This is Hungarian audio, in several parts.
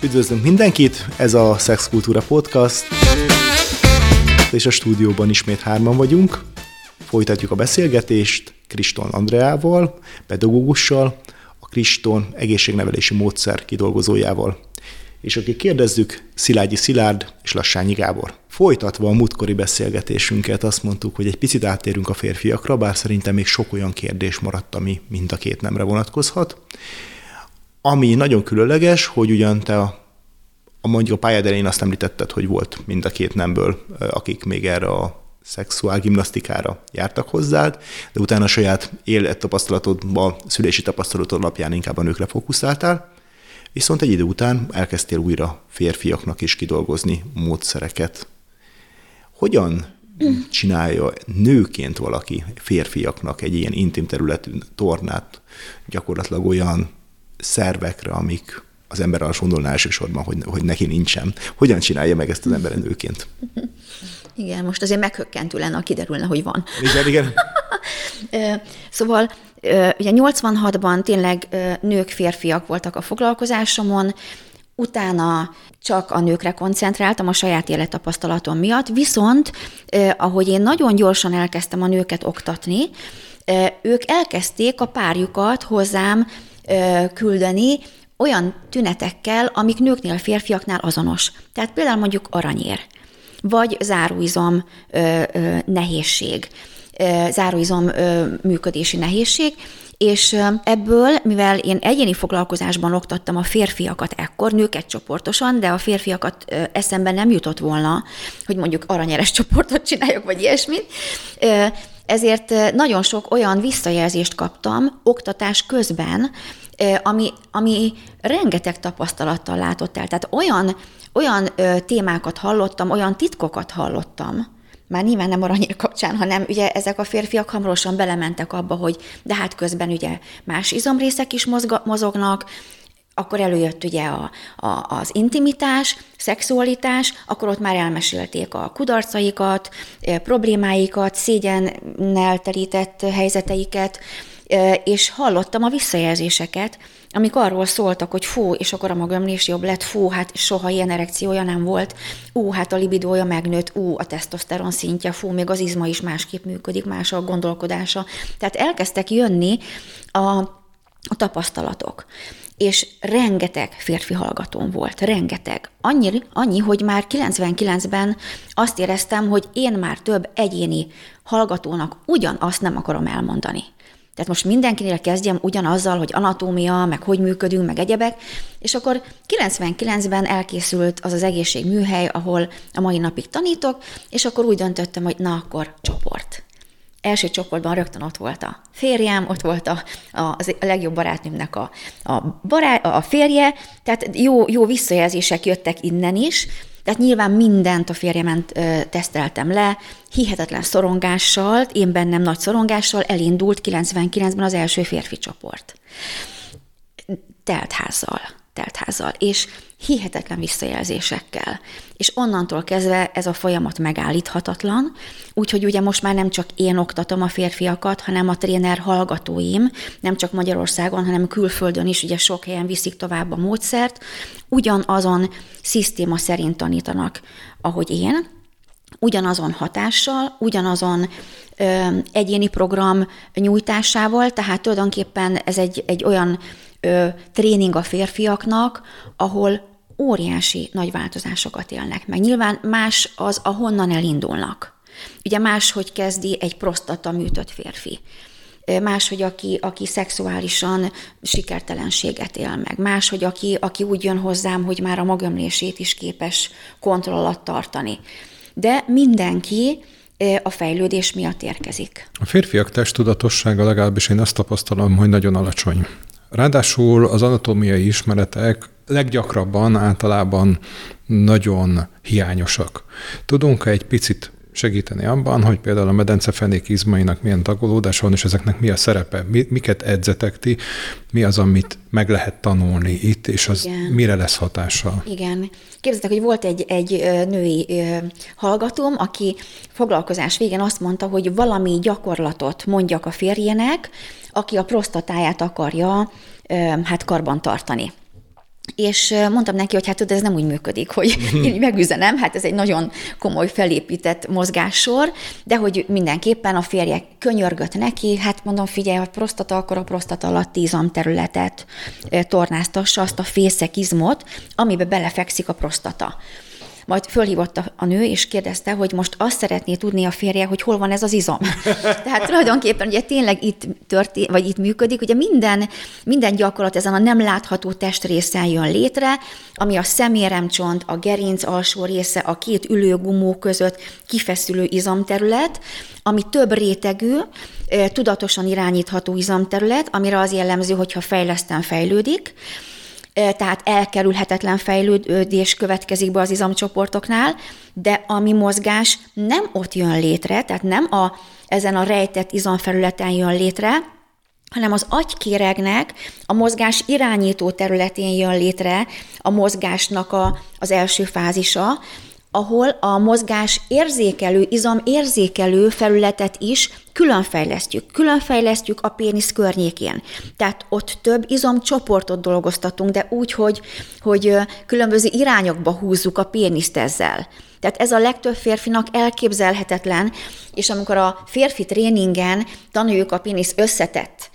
Üdvözlünk mindenkit, ez a Szexkultúra Podcast, és a stúdióban ismét 3-an vagyunk. Folytatjuk a beszélgetést Kriston Andreával, pedagógussal, a Kriston egészségnevelési módszer kidolgozójával. És akik kérdezzük, Szilágyi Szilárd és Lassányi Gábor. Folytatva a múltkori beszélgetésünket, azt mondtuk, hogy egy picit áttérünk a férfiakra, bár szerintem még sok olyan kérdés maradt, ami mind a két nemre vonatkozhat. Ami nagyon különleges, hogy ugyan te mondjuk a pályád elején azt említetted, hogy volt mind a két nemből, akik még erre a szexuálgimnasztikára jártak hozzád, de utána a saját élettapasztalatodban, szülési tapasztalatod alapján inkább a nőkre fókuszáltál, viszont egy idő után elkezdtél újra férfiaknak is kidolgozni módszereket. Hogyan csinálja nőként valaki férfiaknak egy ilyen intim területű tornát, gyakorlatilag olyan szervekre, amik az ember azt gondolná elsősorban, hogy neki nincsen. Hogyan csinálja meg ezt az ember nőként? Igen, most azért meghökkentő lenne, ha kiderülne, hogy van. Igen. Szóval ugye 86-ban tényleg nők, férfiak voltak a foglalkozásomon, utána csak a nőkre koncentráltam a saját élettapasztalatom miatt, viszont ahogy én nagyon gyorsan elkezdtem a nőket oktatni, ők elkezdték a párjukat hozzám küldeni olyan tünetekkel, amik nőknél, férfiaknál azonos. Tehát például mondjuk aranyér, vagy záróizom nehézség, záróizom működési nehézség, és ebből, mivel én egyéni foglalkozásban oktattam a férfiakat ekkor, nőket csoportosan, de a férfiakat eszembe nem jutott volna, hogy mondjuk aranyeres csoportot csináljak, vagy ilyesmit, ezért nagyon sok olyan visszajelzést kaptam oktatás közben, ami rengeteg tapasztalattal látott el. Tehát olyan témákat hallottam, olyan titkokat hallottam, már nyilván nem aranyér kapcsán, hanem ugye ezek a férfiak hamarosan belementek abba, hogy de hát közben ugye más izomrészek is mozognak, akkor előjött ugye az intimitás, szexualitás, akkor ott már elmesélték a kudarcaikat, problémáikat, szégyennel terített helyzeteiket, és hallottam a visszajelzéseket, amik arról szóltak, hogy fú, és akkor a magömlés jobb lett, fú, hát soha ilyen erekciója nem volt, hát a libidója megnőtt, a tesztoszteron szintje, fú, még az izma is másképp működik, más a gondolkodása. Tehát elkezdtek jönni a tapasztalatok. És rengeteg férfi hallgatóm volt, rengeteg. Annyi, hogy már 99-ben azt éreztem, hogy én már több egyéni hallgatónak ugyanazt nem akarom elmondani. Tehát most mindenkinél kezdjem ugyanazzal, hogy anatómia, meg hogy működünk, meg egyebek, és akkor 99-ben elkészült az egészségműhely, ahol a mai napig tanítok, és akkor úgy döntöttem, hogy na akkor csoport. Első csoportban rögtön ott volt a férjem, ott volt a legjobb barátnőmnek a férje, tehát jó visszajelzések jöttek innen is, tehát nyilván mindent a férjemen teszteltem le, hihetetlen szorongással, én bennem nagy szorongással elindult 99-ben az első férfi csoport. Teltházzal, és hihetetlen visszajelzésekkel. És onnantól kezdve ez a folyamat megállíthatatlan, úgyhogy ugye most már nem csak én oktatom a férfiakat, hanem a tréner hallgatóim, nem csak Magyarországon, hanem külföldön is, ugye sok helyen viszik tovább a módszert, ugyanazon szisztéma szerint tanítanak, ahogy én, ugyanazon hatással, ugyanazon egyéni program nyújtásával, tehát tulajdonképpen ez egy olyan tréning a férfiaknak, ahol óriási nagy változásokat élnek meg. Nyilván más az, ahonnan elindulnak. Ugye más, hogy kezdi egy prostata műtött férfi. Más, hogy aki szexuálisan sikertelenséget él meg. Más, hogy aki úgy jön hozzám, hogy már a magömlését is képes kontroll alatt tartani. De mindenki a fejlődés miatt érkezik. A férfiak testtudatossága, legalábbis én azt tapasztalom, hogy nagyon alacsony. Ráadásul az anatómiai ismeretek leggyakrabban általában nagyon hiányosak. Tudunk egy picit segíteni abban, hogy például a medencefenék izmainak milyen tagolódása van, és ezeknek mi a szerepe, miket edzetek ti, mi az, amit meg lehet tanulni itt, és az mire lesz hatással? Igen. Képzeljétek, hogy volt egy női hallgatóm, aki foglalkozás végén azt mondta, hogy valami gyakorlatot mondjak a férjének, aki a prostatáját akarja karban tartani. És mondtam neki, hogy hát tudod, ez nem úgy működik, hogy én megüzenem, hát ez egy nagyon komoly felépített mozgássor, de hogy mindenképpen a férje könyörgött neki, hát mondom, figyelj, ha prostata, akkor a prostata alatti izomterületet tornáztassa, azt a fészekizmot, amibe belefekszik a prostata. Majd fölhívott a nő, és kérdezte, hogy most azt szeretné tudni a férje, hogy hol van ez az izom. Tehát tulajdonképpen ugye tényleg itt működik, ugye minden gyakorlat ezen a nem látható testrészen jön létre, ami a szeméremcsont, a gerinc alsó része, a két ülőgumó között kifeszülő izomterület, ami több rétegű, tudatosan irányítható izomterület, amire az jellemző, hogyha fejleszten fejlődik, tehát elkerülhetetlen fejlődés következik be az izomcsoportoknál, de a mi mozgás nem ott jön létre, tehát nem ezen a rejtett izomfelületen jön létre, hanem az agykéregnek a mozgás irányító területén jön létre a mozgásnak az első fázisa, ahol a mozgás érzékelő, izomérzékelő felületet is különfejlesztjük a pénisz környékén. Tehát ott több izomcsoportot dolgoztatunk, de úgy, hogy különböző irányokba húzzuk a péniszt ezzel. Tehát ez a legtöbb férfinak elképzelhetetlen, és amikor a férfi tréningen tanuljuk a pénisz összetett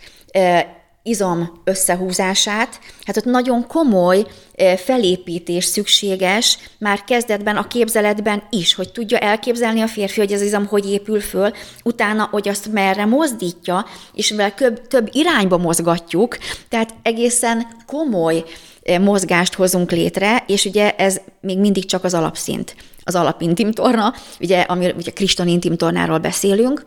izom összehúzását, hát ott nagyon komoly felépítés szükséges, már kezdetben a képzeletben is, hogy tudja elképzelni a férfi, hogy az izom hogy épül föl, utána, hogy azt merre mozdítja, és mivel több irányba mozgatjuk, tehát egészen komoly mozgást hozunk létre, és ugye ez még mindig csak az alapszint, az alapintimtorna, ugye Kriston intimtornáról beszélünk,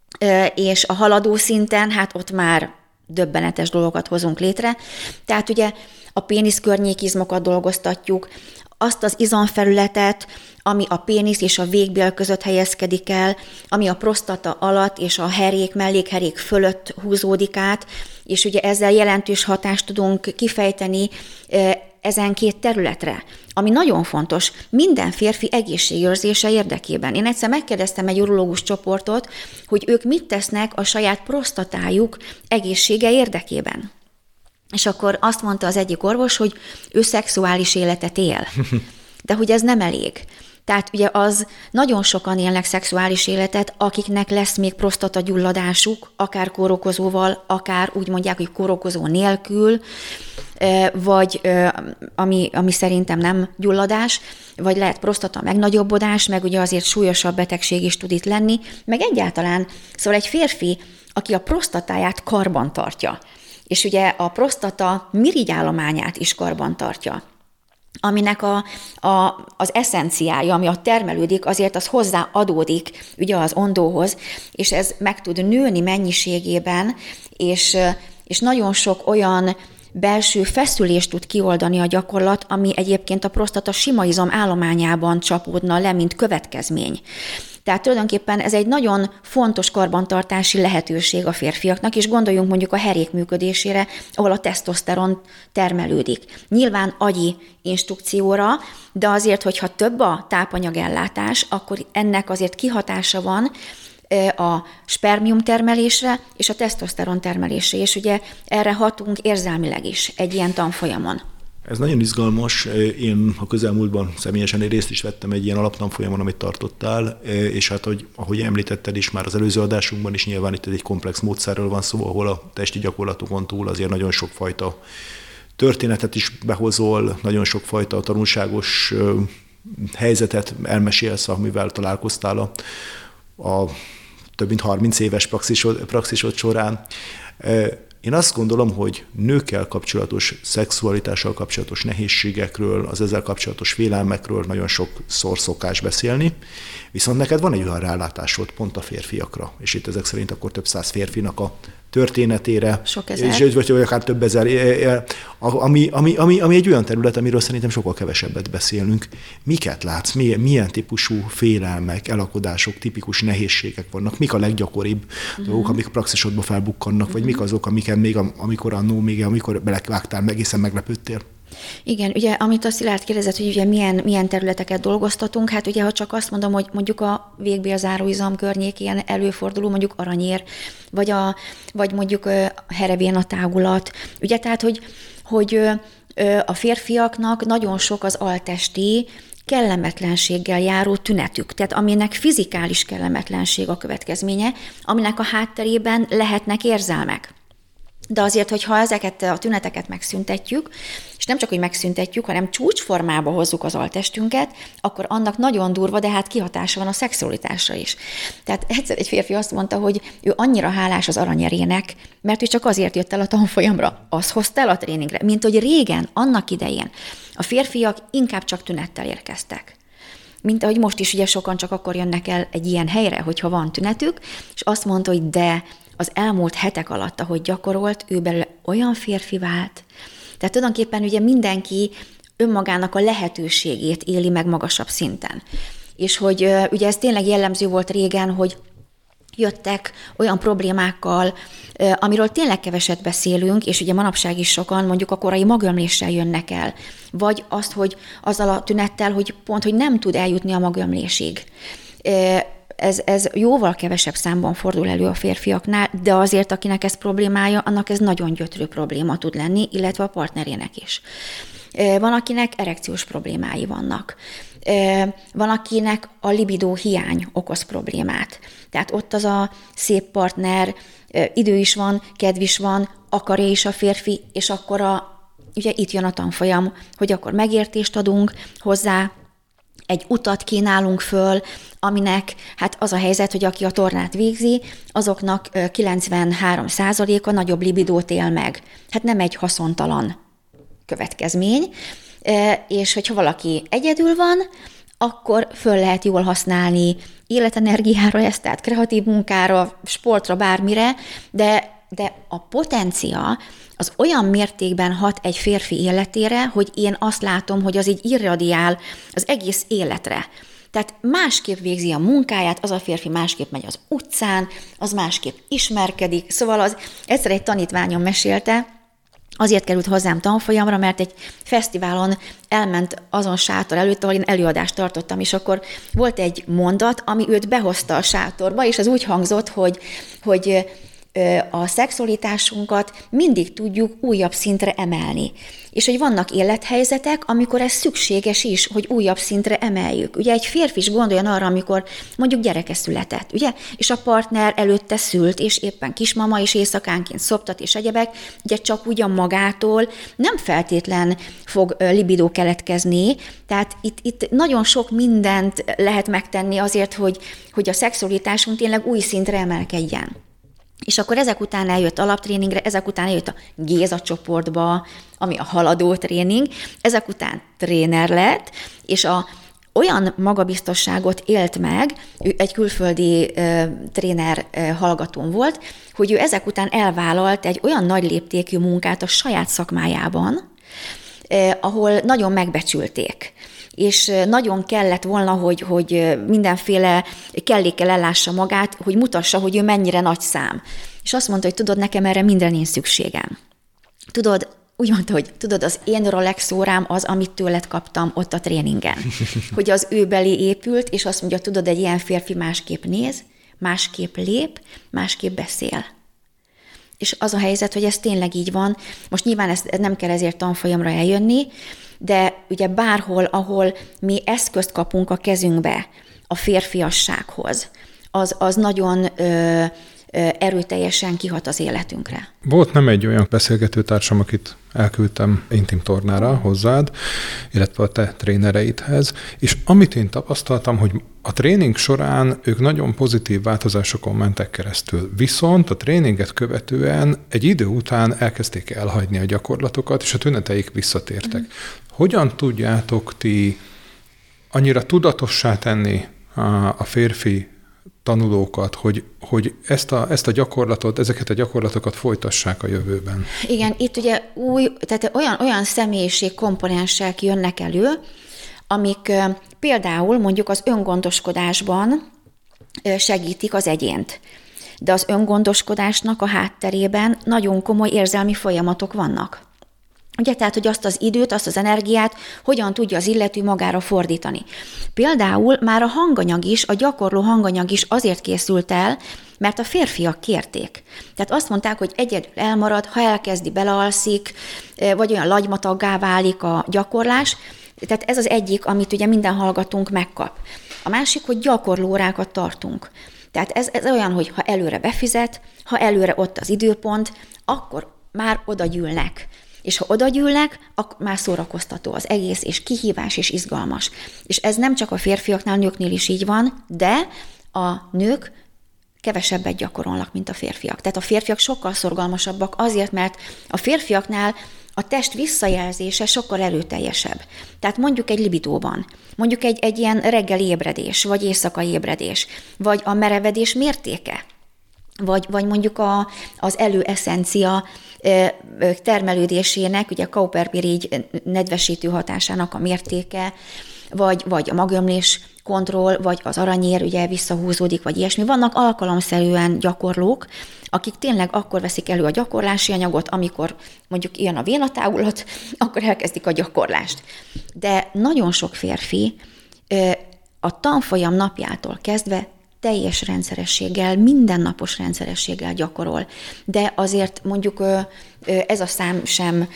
és a haladó szinten, hát ott már döbbenetes dolgokat hozunk létre. Tehát ugye a pénisz környékizmokat dolgoztatjuk, azt az izomfelületet, ami a pénisz és a végbél között helyezkedik el, ami a prostata alatt és a herék, mellékherék fölött húzódik át, és ugye ezzel jelentős hatást tudunk kifejteni ezen két területre, ami nagyon fontos minden férfi egészségőrzése érdekében. Én egyszer megkérdeztem egy urológus csoportot, hogy ők mit tesznek a saját prostatájuk egészsége érdekében. És akkor azt mondta az egyik orvos, hogy ő szexuális életet él. De hogy ez nem elég. Tehát ugye az nagyon sokan élnek szexuális életet, akiknek lesz még prostatagyulladásuk, akár kórokozóval, akár úgy mondják, hogy kórokozó nélkül, vagy ami szerintem nem gyulladás, vagy lehet prostata megnagyobbodás, meg ugye azért súlyosabb betegség is tud itt lenni, meg egyáltalán, szóval egy férfi, aki a prostatáját karban tartja, és ugye a prostata mirigyállományát is karban tartja, aminek az eszenciája, ami ott termelődik, azért az hozzáadódik ugye az ondóhoz, és ez meg tud nőni mennyiségében, és nagyon sok olyan belső feszülést tud kioldani a gyakorlat, ami egyébként a prostata sima izom állományában csapódna le, mint következmény. Tehát tulajdonképpen ez egy nagyon fontos karbantartási lehetőség a férfiaknak, és gondoljunk mondjuk a herék működésére, ahol a tesztoszteron termelődik. Nyilván agyi instrukcióra, de azért, hogyha több a tápanyagellátás, akkor ennek azért kihatása van a spermium termelésre és a tesztoszteron termelésre, és ugye erre hatunk érzelmileg is egy ilyen tanfolyamon. Ez nagyon izgalmas. Én a közelmúltban személyesen részt is vettem egy ilyen alaptanfolyamon, amit tartottál, és hát, ahogy említetted is már az előző adásunkban is, nyilván itt egy komplex módszerről van szó, ahol a testi gyakorlatokon túl azért nagyon sokfajta történetet is behozol, nagyon sokfajta tanulságos helyzetet elmesélsz, amivel találkoztál a több mint 30 éves praxisod során. Én azt gondolom, hogy nőkkel kapcsolatos, szexualitással kapcsolatos nehézségekről, az ezzel kapcsolatos félelmekről nagyon sokszor szokás beszélni, viszont neked van egy olyan rálátásod pont a férfiakra, és itt ezek szerint akkor több száz férfinak a történetére, sok ezer. Vagy akár több ezer, ami egy olyan terület, amiről szerintem sokkal kevesebbet beszélünk. Miket látsz? Milyen típusú félelmek, elakodások, tipikus nehézségek vannak? Mik a leggyakoribb dolgok, amik a praxisodban felbukkannak, vagy mik azok, amiken amikor belevágtál, egészen meglepődtél? Igen, ugye, amit a Szilárd kérdezett, hogy ugye milyen területeket dolgoztatunk, hát ugye, ha csak azt mondom, hogy mondjuk a végbélzáróizom környékén előforduló mondjuk aranyér, vagy mondjuk a herevéna tágulat, ugye, tehát, hogy a férfiaknak nagyon sok az altesti kellemetlenséggel járó tünetük, tehát aminek fizikális kellemetlenség a következménye, aminek a hátterében lehetnek érzelmek. De azért, hogyha ezeket a tüneteket megszüntetjük, és nem csak, hogy megszüntetjük, hanem csúcsformába hozzuk az altestünket, akkor annak nagyon durva, de hát kihatása van a szexualitásra is. Tehát egyszer egy férfi azt mondta, hogy ő annyira hálás az aranyerének, mert ő csak azért jött el a tanfolyamra, az hozta el a tréningre, mint hogy régen, annak idején a férfiak inkább csak tünettel érkeztek. Mint ahogy most is ugye sokan csak akkor jönnek el egy ilyen helyre, hogyha van tünetük, és azt mondta, hogy de az elmúlt hetek alatt, ahogy gyakorolt, ő belőle olyan férfi vált. Tehát tulajdonképpen ugye mindenki önmagának a lehetőségét éli meg magasabb szinten. És hogy ugye ez tényleg jellemző volt régen, hogy jöttek olyan problémákkal, amiről tényleg keveset beszélünk, és ugye manapság is sokan mondjuk a korai magömléssel jönnek el. Vagy azt, hogy azzal a tünettel, hogy pont, hogy nem tud eljutni a magömlésig. Ez jóval kevesebb számban fordul elő a férfiaknál, de azért, akinek ez problémája, annak ez nagyon gyötrő probléma tud lenni, illetve a partnerének is. Van, akinek erekciós problémái vannak. Van, akinek a libidó hiány okoz problémát. Tehát ott az a szép partner, idő is van, kedv is van, akarja is a férfi, és akkor ugye itt jön a tanfolyam, hogy akkor megértést adunk hozzá, egy utat kínálunk föl, aminek hát az a helyzet, hogy aki a tornát végzi, azoknak 93%-a nagyobb libidót él meg. Hát nem egy haszontalan következmény, és hogyha valaki egyedül van, akkor föl lehet jól használni életenergiára ezt, tehát kreatív munkára, sportra, bármire, de a potencia az olyan mértékben hat egy férfi életére, hogy én azt látom, hogy az így irradiál az egész életre. Tehát másképp végzi a munkáját, az a férfi másképp megy az utcán, az másképp ismerkedik. Szóval az egyszer egy tanítványom mesélte, azért került hozzám tanfolyamra, mert egy fesztiválon elment azon sátor előtt, ahol én előadást tartottam, és akkor volt egy mondat, ami őt behozta a sátorba, és az úgy hangzott, hogy a szexualitásunkat mindig tudjuk újabb szintre emelni. És hogy vannak élethelyzetek, amikor ez szükséges is, hogy újabb szintre emeljük. Ugye egy férfi is gondoljon arra, amikor mondjuk gyereke született, ugye? És a partner előtte szült, és éppen kismama, és éjszakánként szoptat, és egyebek, ugye csak ugyan magától nem feltétlen fog libidó keletkezni, tehát itt nagyon sok mindent lehet megtenni azért, hogy a szexualitásunk tényleg új szintre emelkedjen. És akkor ezek után eljött alaptréningre, ezek után eljött a Géza csoportba, ami a haladó tréning, ezek után tréner lett, és olyan magabiztosságot élt meg, ő egy külföldi tréner hallgatón volt, hogy ő ezek után elvállalt egy olyan nagy léptékű munkát a saját szakmájában, ahol nagyon megbecsülték. És nagyon kellett volna, hogy mindenféle kellékkel ellássa magát, hogy mutassa, hogy ő mennyire nagy szám. És azt mondta, hogy tudod, nekem erre minden nincs szükségem. Tudod, úgy mondta, hogy tudod, az én Rolex órám az, amit tőled kaptam ott a tréningen. Hogy az ő belé épült, és azt mondja, tudod, egy ilyen férfi másképp néz, másképp lép, másképp beszél. És az a helyzet, hogy ez tényleg így van. Most nyilván ez nem kell ezért tanfolyamra eljönni, de ugye bárhol, ahol mi eszközt kapunk a kezünkbe a férfiassághoz, az nagyon erőteljesen kihat az életünkre. Volt nem egy olyan beszélgetőtársam, akit elküldtem intim tornára hozzád, illetve a te trénereidhez, és amit én tapasztaltam, hogy a tréning során ők nagyon pozitív változásokon mentek keresztül. Viszont a tréninget követően egy idő után elkezdték elhagyni a gyakorlatokat, és a tüneteik visszatértek. Hogyan tudjátok ti annyira tudatossá tenni a férfi tanulókat, hogy ezt a gyakorlatot, ezeket a gyakorlatokat folytassák a jövőben? Igen, itt ugye tehát olyan személyiségkomponensek jönnek elő, amik például mondjuk az öngondoskodásban segítik az egyént. De az öngondoskodásnak a hátterében nagyon komoly érzelmi folyamatok vannak. Ugye, tehát, hogy azt az időt, azt az energiát hogyan tudja az illető magára fordítani. Például már a hanganyag is, a gyakorló hanganyag is azért készült el, mert a férfiak kérték. Tehát azt mondták, hogy egyedül elmarad, ha elkezdi, belealszik, vagy olyan lagymataggá válik a gyakorlás. Tehát ez az egyik, amit ugye minden hallgatónk megkap. A másik, hogy gyakorlóórákat tartunk. Tehát ez olyan, hogy ha előre befizet, ha előre ott az időpont, akkor már oda gyűlnek. És ha oda gyűlnek, akkor már szórakoztató az egész, és kihívás, és izgalmas. És ez nem csak a férfiaknál, nőknél is így van, de a nők kevesebbet gyakorolnak, mint a férfiak. Tehát a férfiak sokkal szorgalmasabbak azért, mert a férfiaknál a test visszajelzése sokkal erőteljesebb. Tehát mondjuk egy libidóban, mondjuk egy ilyen reggeli ébredés, vagy éjszakai ébredés, vagy a merevedés mértéke, vagy mondjuk az előesszencia termelődésének, ugye a Cowper-Pirigy nedvesítő hatásának a mértéke, vagy a magömlés kontroll, vagy az aranyér ugye visszahúzódik, vagy ilyesmi. Vannak alkalomszerűen gyakorlók, akik tényleg akkor veszik elő a gyakorlási anyagot, amikor mondjuk ilyen a vénatágulat, akkor elkezdik a gyakorlást. De nagyon sok férfi a tanfolyam napjától kezdve teljes rendszerességgel, mindennapos rendszerességgel gyakorol. De azért mondjuk ez a szám sem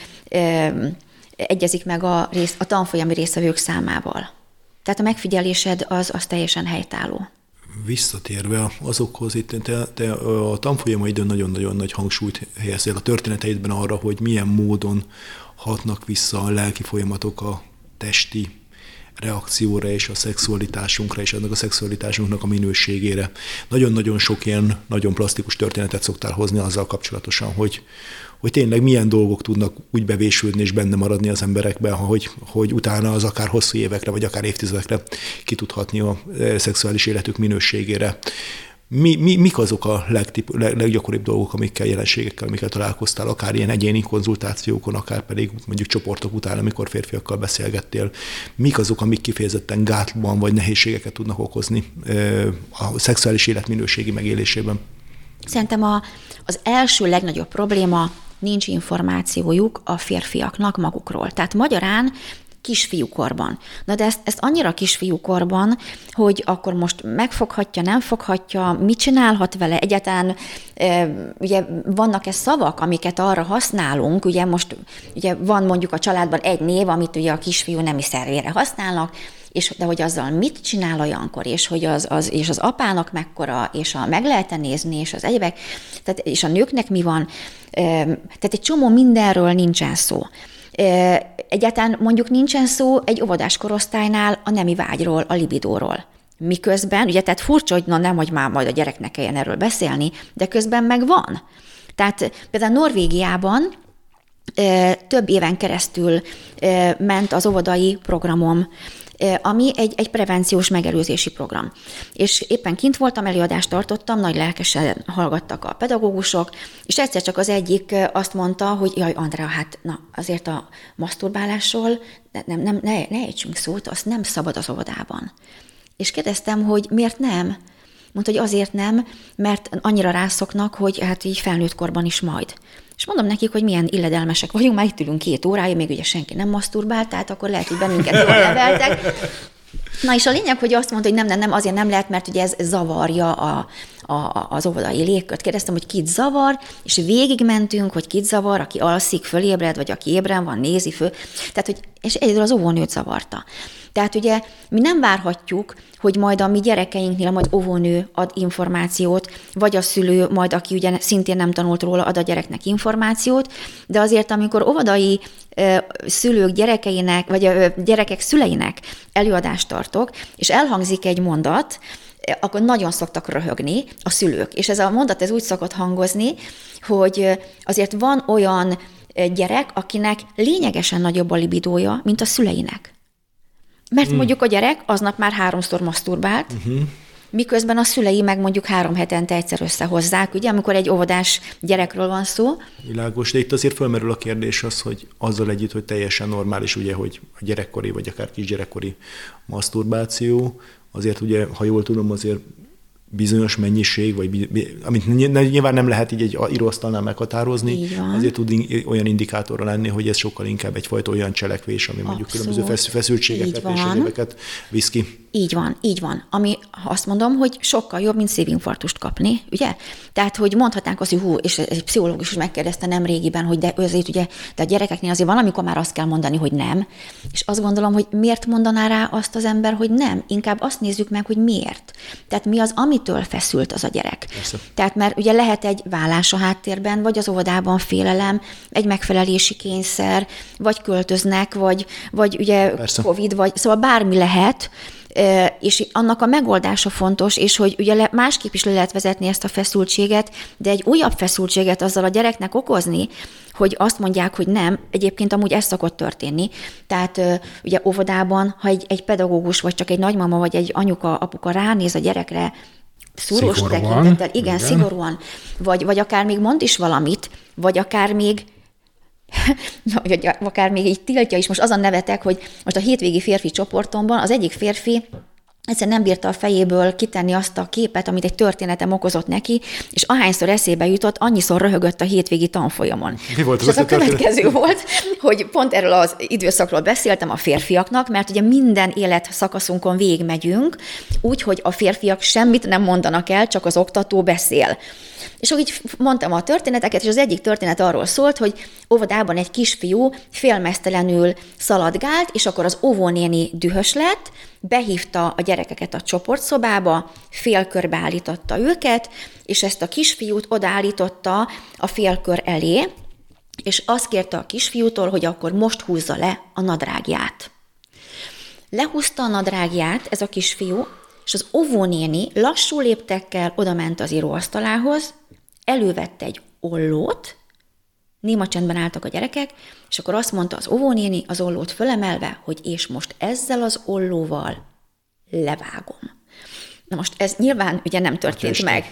egyezik meg a tanfolyami résztvevők számával. Tehát a megfigyelésed az teljesen helytálló. Visszatérve azokhoz, itt te a tanfolyamaidon nagyon-nagyon nagy hangsúlyt helyeztél a történeteidben arra, hogy milyen módon hatnak vissza a lelki folyamatok a testi reakcióra és a szexualitásunkra, és annak a szexualitásunknak a minőségére. Nagyon-nagyon sok ilyen nagyon plastikus történetet szoktál hozni azzal kapcsolatosan, hogy tényleg milyen dolgok tudnak úgy bevésődni és benne maradni az emberekben, hogy utána az akár hosszú évekre, vagy akár évtizedekre ki tud hatni a szexuális életük minőségére. Mik azok a leggyakoribb dolgok, jelenségekkel, amikkel találkoztál, akár ilyen egyéni konzultációkon, akár pedig mondjuk csoportok után, amikor férfiakkal beszélgettél? Mik azok, amik kifejezetten gátlóban vagy nehézségeket tudnak okozni a szexuális élet minőségi megélésében? Szerintem az első legnagyobb probléma, nincs információjuk a férfiaknak magukról. Tehát magyarán kisfiúkorban. Na de ezt annyira kisfiúkorban, hogy akkor most megfoghatja, nem foghatja, mit csinálhat vele, egyáltalán ugye vannak-e szavak, amiket arra használunk, ugye most ugye van mondjuk a családban egy név, amit ugye a kisfiú nemi szervére használnak, de hogy azzal mit csinál olyankor, és hogy az apának mekkora, és meg lehet nézni, és az egyebek, tehát, és a nőknek mi van, tehát egy csomó mindenről nincsen szó. Egyáltalán mondjuk nincsen szó egy óvodás korosztálynál a nemi vágyról, a libidóról. Miközben, ugye tehát furcsa, hogy nem, hogy már majd a gyereknek kelljen erről beszélni, de közben meg van. Tehát például Norvégiában több éven keresztül ment az óvodai programom, ami egy prevenciós megelőzési program. És éppen kint voltam, előadást tartottam, nagy lelkesen hallgattak a pedagógusok, és egyszer csak az egyik azt mondta, hogy jaj, Andrea, hát na, azért a maszturbálásról ne ejtsünk szót, azt nem szabad az óvodában. És kérdeztem, hogy miért nem? Mondta, hogy azért nem, mert annyira rászoknak, hogy hát így felnőtt korban is majd. És mondom nekik, hogy milyen illedelmesek vagyunk, már itt ülünk 2 órája, még ugye senki nem maszturbált, tehát akkor lehet, hogy bennünket jól neveltek. Na és a lényeg, hogy azt mondta, hogy nem, azért nem lehet, mert ugye ez zavarja az óvodai légkört. Kérdeztem, hogy kit zavar, és végigmentünk, hogy kit zavar, aki alszik, fölébred, vagy aki ébren van, nézi föl. Tehát, hogy, és egyedül az óvónőt zavarta. Tehát ugye mi nem várhatjuk, hogy majd a mi gyerekeinknél majd óvónő ad információt, vagy a szülő majd, aki ugye szintén nem tanult róla, ad a gyereknek információt, de azért, amikor óvodai szülők gyerekeinek, vagy a gyerekek szüleinek előadást tartok, és elhangzik egy mondat, akkor nagyon szoktak röhögni a szülők. És ez a mondat ez úgy szokott hangozni, hogy azért van olyan gyerek, akinek lényegesen nagyobb a libidója, mint a szüleinek. Mert mondjuk a gyerek aznap már 3-szor maszturbált, miközben a szülei meg mondjuk 3 hetente egyszer összehozzák, ugye, amikor egy óvodás gyerekről van szó. Világos, de itt azért felmerül a kérdés az, hogy azzal együtt, hogy teljesen normális, ugye, hogy a gyerekkori vagy akár kisgyerekkori maszturbáció, azért ugye, ha jól tudom, azért bizonyos mennyiség, vagy amit nyilván nem lehet így egy íróasztalnál meghatározni, azért tud olyan indikátorra lenni, hogy ez sokkal inkább egyfajta olyan cselekvés, ami mondjuk különböző feszültségeket és egyébeket visz ki. Így van. Ami azt mondom, hogy sokkal jobb, mint szívinfarktust kapni, ugye? Tehát, hogy mondhatnánk azt, hogy és egy pszichológus is megkérdezte nem régiben, hogy de azért ugye, de a gyerekeknél azért van, amikor már azt kell mondani, hogy nem. És azt gondolom, hogy miért mondaná rá azt az ember, hogy nem? Inkább azt nézzük meg, hogy miért. Tehát mi az, amitől feszült az a gyerek. Persze. Tehát mert ugye lehet egy vállás a háttérben, vagy az óvodában félelem, egy megfelelési kényszer, vagy költöznek, vagy ugye Persze. Covid, vagy szóval bármi lehet, és annak a megoldása fontos, és hogy ugye másképp is le lehet vezetni ezt a feszültséget, de egy újabb feszültséget azzal a gyereknek okozni, hogy azt mondják, hogy nem, egyébként amúgy ez szokott történni. Tehát ugye óvodában, ha egy pedagógus, vagy csak egy nagymama, vagy egy anyuka, apuka ránéz a gyerekre, szúrós tekintettel, igen, szigorúan, vagy akár még mond is valamit, vagy akár még így tiltja is. Most azon nevetek, hogy most a hétvégi férfi csoportomban az egyik férfi egyszerűen nem bírta a fejéből kitenni azt a képet, amit egy történetem okozott neki, és ahányszor eszébe jutott, annyiszor röhögött a hétvégi tanfolyamon. Mi volt és ez a következő volt, hogy pont erről az időszakról beszéltem a férfiaknak, mert ugye minden életszakaszunkon végigmegyünk, úgyhogy a férfiak semmit nem mondanak el, csak az oktató beszél. És akkor így mondtam a történeteket, és az egyik történet arról szólt, hogy óvodában egy kisfiú félmeztelenül szaladgált, és akkor az óvónéni dühös lett, behívta a gyerekeket a csoportszobába, félkörbe állította őket, és ezt a kisfiút odaállította a félkör elé, és azt kérte a kisfiútól, hogy akkor most húzza le a nadrágját. Lehúzta a nadrágját ez a kisfiú, és az óvónéni lassú léptekkel odament az íróasztalához, elővette egy ollót, néma csendben álltak a gyerekek, és akkor azt mondta az óvónéni az ollót fölemelve, hogy és most ezzel az ollóval levágom. Na most ez nyilván ugye nem történt meg.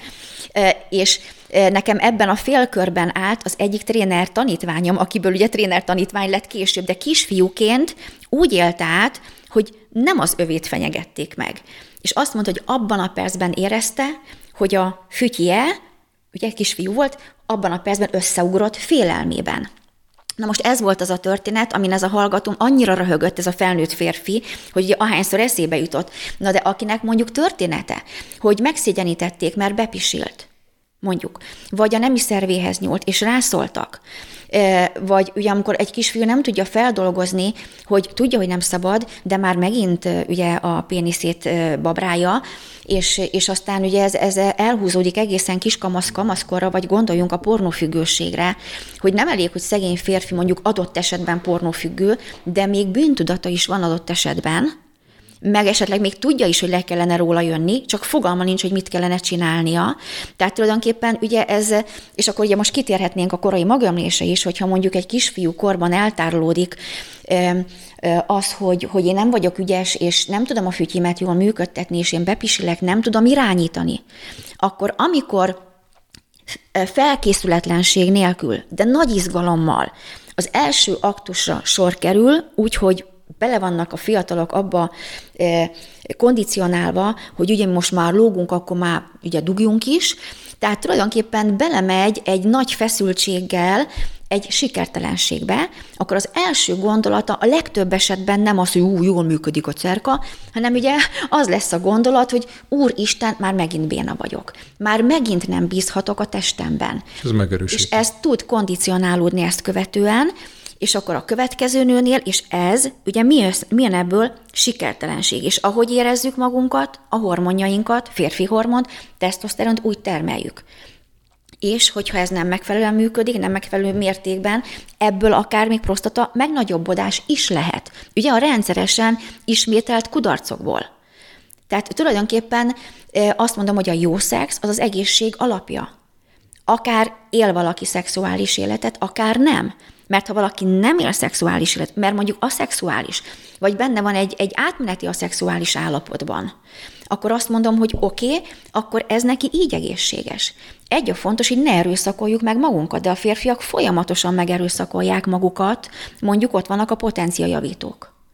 És nekem ebben a félkörben állt az egyik tréner tanítványom, akiből ugye tréner tanítvány lett később, de kisfiúként úgy élt át, hogy nem az övét fenyegették meg. És azt mondta, hogy abban a percben érezte, hogy a fütyje, ugye kisfiú volt, abban a percben összeugrott félelmében. Na most ez volt az a történet, amin ez a hallgatóm annyira röhögött, ez a felnőtt férfi, hogy ugye ahányszor eszébe jutott. Na de akinek mondjuk története, hogy megszégyenítették, mert bepisilt, mondjuk, vagy a nemi szervéhez nyúlt, és rászóltak, vagy ugye amikor egy kisfiú nem tudja feldolgozni, hogy tudja, hogy nem szabad, de már megint ugye a péniszét babrálja, és aztán ugye ez elhúzódik egészen kamaszkorra, vagy gondoljunk a pornófüggőségre, hogy nem elég, hogy szegény férfi mondjuk adott esetben pornófüggő, de még bűntudata is van adott esetben, meg esetleg még tudja is, hogy le kellene róla jönni, csak fogalma nincs, hogy mit kellene csinálnia. Tehát tulajdonképpen ugye ez, és akkor ugye most kitérhetnénk a korai magömlésre is, hogyha mondjuk egy kisfiú korban eltárolódik az, hogy én nem vagyok ügyes, és nem tudom a fütyimet jól működtetni, és én bepisilek, nem tudom irányítani, akkor amikor felkészületlenség nélkül, de nagy izgalommal az első aktusra sor kerül, úgyhogy bele vannak a fiatalok abba kondicionálva, hogy ugye most már lógunk, akkor már ugye dugjunk is. Tehát tulajdonképpen belemegy egy nagy feszültséggel egy sikertelenségbe, akkor az első gondolata a legtöbb esetben nem az, hogy jól működik a cerka, hanem ugye az lesz a gondolat, hogy Úristen, már megint béna vagyok. Már megint nem bízhatok a testemben. Ez megerősíti. És ez tud kondicionálódni ezt követően, és akkor a következő nőnél, és ez, ugye milyen ebből sikertelenség. És ahogy érezzük magunkat, a hormonjainkat, férfi hormont, tesztoszteront úgy termeljük. És hogyha ez nem megfelelően működik, nem megfelelő mértékben, ebből akár még prostata megnagyobbodás is lehet. Ugye a rendszeresen ismételt kudarcokból. Tehát tulajdonképpen azt mondom, hogy a jó szex az az egészség alapja. Akár él valaki szexuális életet, akár nem. Mert ha valaki nem él szexuális élet, mert mondjuk aszexuális, vagy benne van egy átmeneti aszexuális állapotban, akkor azt mondom, hogy oké, akkor ez neki így egészséges. Egy a fontos, hogy ne erőszakoljuk meg magunkat, de a férfiak folyamatosan megerőszakolják magukat, mondjuk ott vannak a potenciajavítók.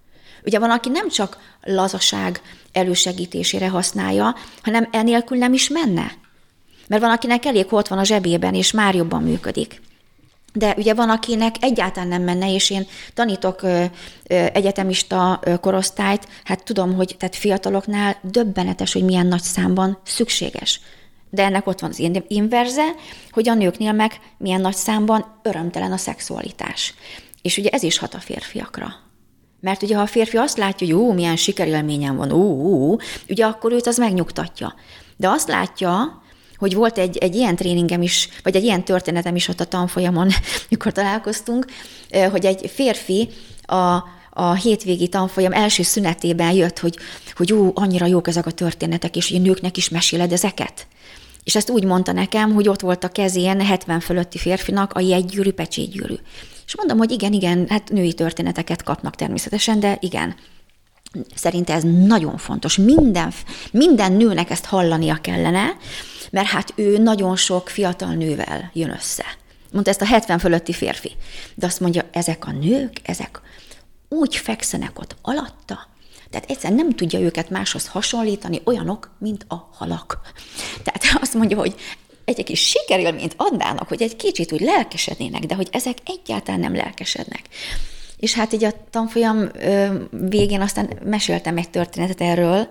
Ugye van, aki nem csak lazaság elősegítésére használja, hanem enélkül nem is menne. Mert van, akinek elég, ott van a zsebében, és már jobban működik. De ugye van, akinek egyáltalán nem menne, és én tanítok egyetemista korosztályt, hát tudom, hogy tehát fiataloknál döbbenetes, hogy milyen nagy számban szükséges. De ennek ott van az inverze, hogy a nőknél meg milyen nagy számban örömtelen a szexualitás. És ugye ez is hat a férfiakra. Mert ugye ha a férfi azt látja, hogy milyen sikerélményem van, ugye akkor őt az megnyugtatja. De azt látja, hogy volt egy ilyen tréningem is, vagy egy ilyen történetem is ott a tanfolyamon, mikor találkoztunk, hogy egy férfi a hétvégi tanfolyam első szünetében jött, hogy annyira jók ezek a történetek, és hogy a nőknek is meséled ezeket. És ezt úgy mondta nekem, hogy ott volt a kezén 70 fölötti férfinak a jegygyűrű, pecsétgyűrű. És mondom, hogy igen, hát női történeteket kapnak természetesen, de igen. Szerintem ez nagyon fontos. Minden nőnek ezt hallania kellene, mert hát ő nagyon sok fiatal nővel jön össze. Mondta ezt a 70 fölötti férfi. De azt mondja, ezek a nők, ezek úgy fekszenek ott alatta, tehát egyszerűen nem tudja őket máshoz hasonlítani, olyanok, mint a halak. Tehát azt mondja, hogy egy kis sikerélményt adnának, hogy egy kicsit úgy lelkesednének, de hogy ezek egyáltalán nem lelkesednek. És hát így a tanfolyam végén aztán meséltem egy történetet erről,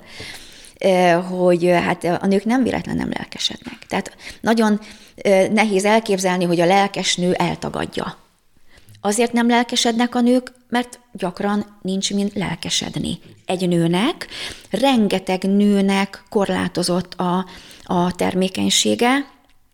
hogy hát a nők nem véletlen nem lelkesednek. Tehát nagyon nehéz elképzelni, hogy a lelkes nő eltagadja. Azért nem lelkesednek a nők, mert gyakran nincs mind lelkesedni. Egy nőnek, rengeteg nőnek korlátozott a termékenysége,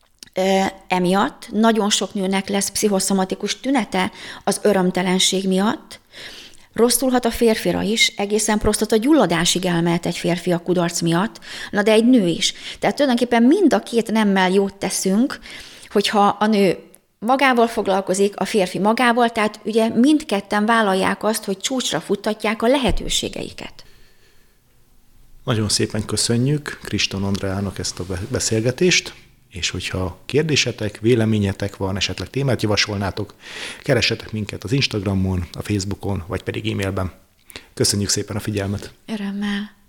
emiatt nagyon sok nőnek lesz pszichoszomatikus tünete az örömtelenség miatt, rosszul hat a férfira is, egészen prostata gyulladásig elmehet egy férfi a kudarc miatt, na de egy nő is. Tehát tulajdonképpen mind a két nemmel jót teszünk, hogyha a nő magával foglalkozik, a férfi magával, tehát ugye mindketten vállalják azt, hogy csúcsra futtatják a lehetőségeiket. Nagyon szépen köszönjük Kriston Andreának ezt a beszélgetést, és hogyha kérdésetek, véleményetek van, esetleg témát javasolnátok, keressetek minket az Instagramon, a Facebookon, vagy pedig e-mailben. Köszönjük szépen a figyelmet! Örömmel!